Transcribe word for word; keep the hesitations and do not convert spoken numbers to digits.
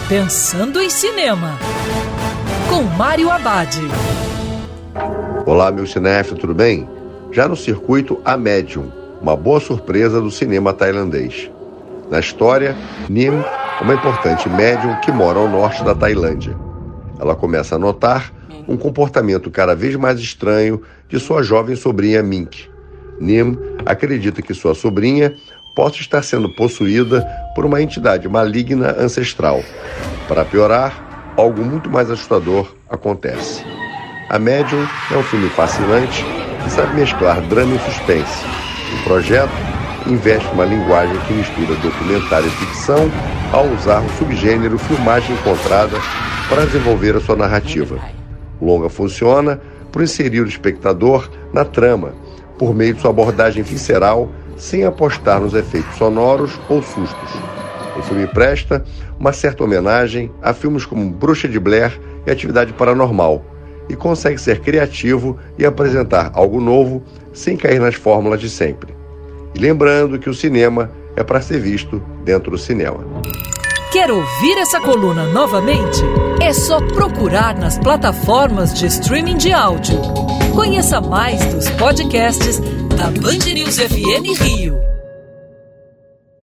Pensando em Cinema, com Mário Abad. Olá, meu cinéfilo, tudo bem? Já no circuito A Medium, uma boa surpresa do cinema tailandês. Na história, Nim é uma importante médium que mora ao norte da Tailândia. Ela começa a notar um comportamento cada vez mais estranho de sua jovem sobrinha Mink. Nim acredita que sua sobrinha possa estar sendo possuída por uma entidade maligna ancestral. Para piorar, algo muito mais assustador acontece. A Medium é um filme fascinante que sabe mesclar drama e suspense. O projeto investe uma linguagem que mistura documentário e ficção ao usar o subgênero filmagem encontrada para desenvolver a sua narrativa. O longa funciona por inserir o espectador na trama, por meio de sua abordagem visceral, sem apostar nos efeitos sonoros ou sustos. O filme presta uma certa homenagem a filmes como Bruxa de Blair e Atividade Paranormal, e consegue ser criativo e apresentar algo novo sem cair nas fórmulas de sempre. E lembrando que o cinema é para ser visto dentro do cinema. Quer ouvir essa coluna novamente? É só procurar nas plataformas de streaming de áudio. Conheça mais dos podcasts da Band News F M Rio.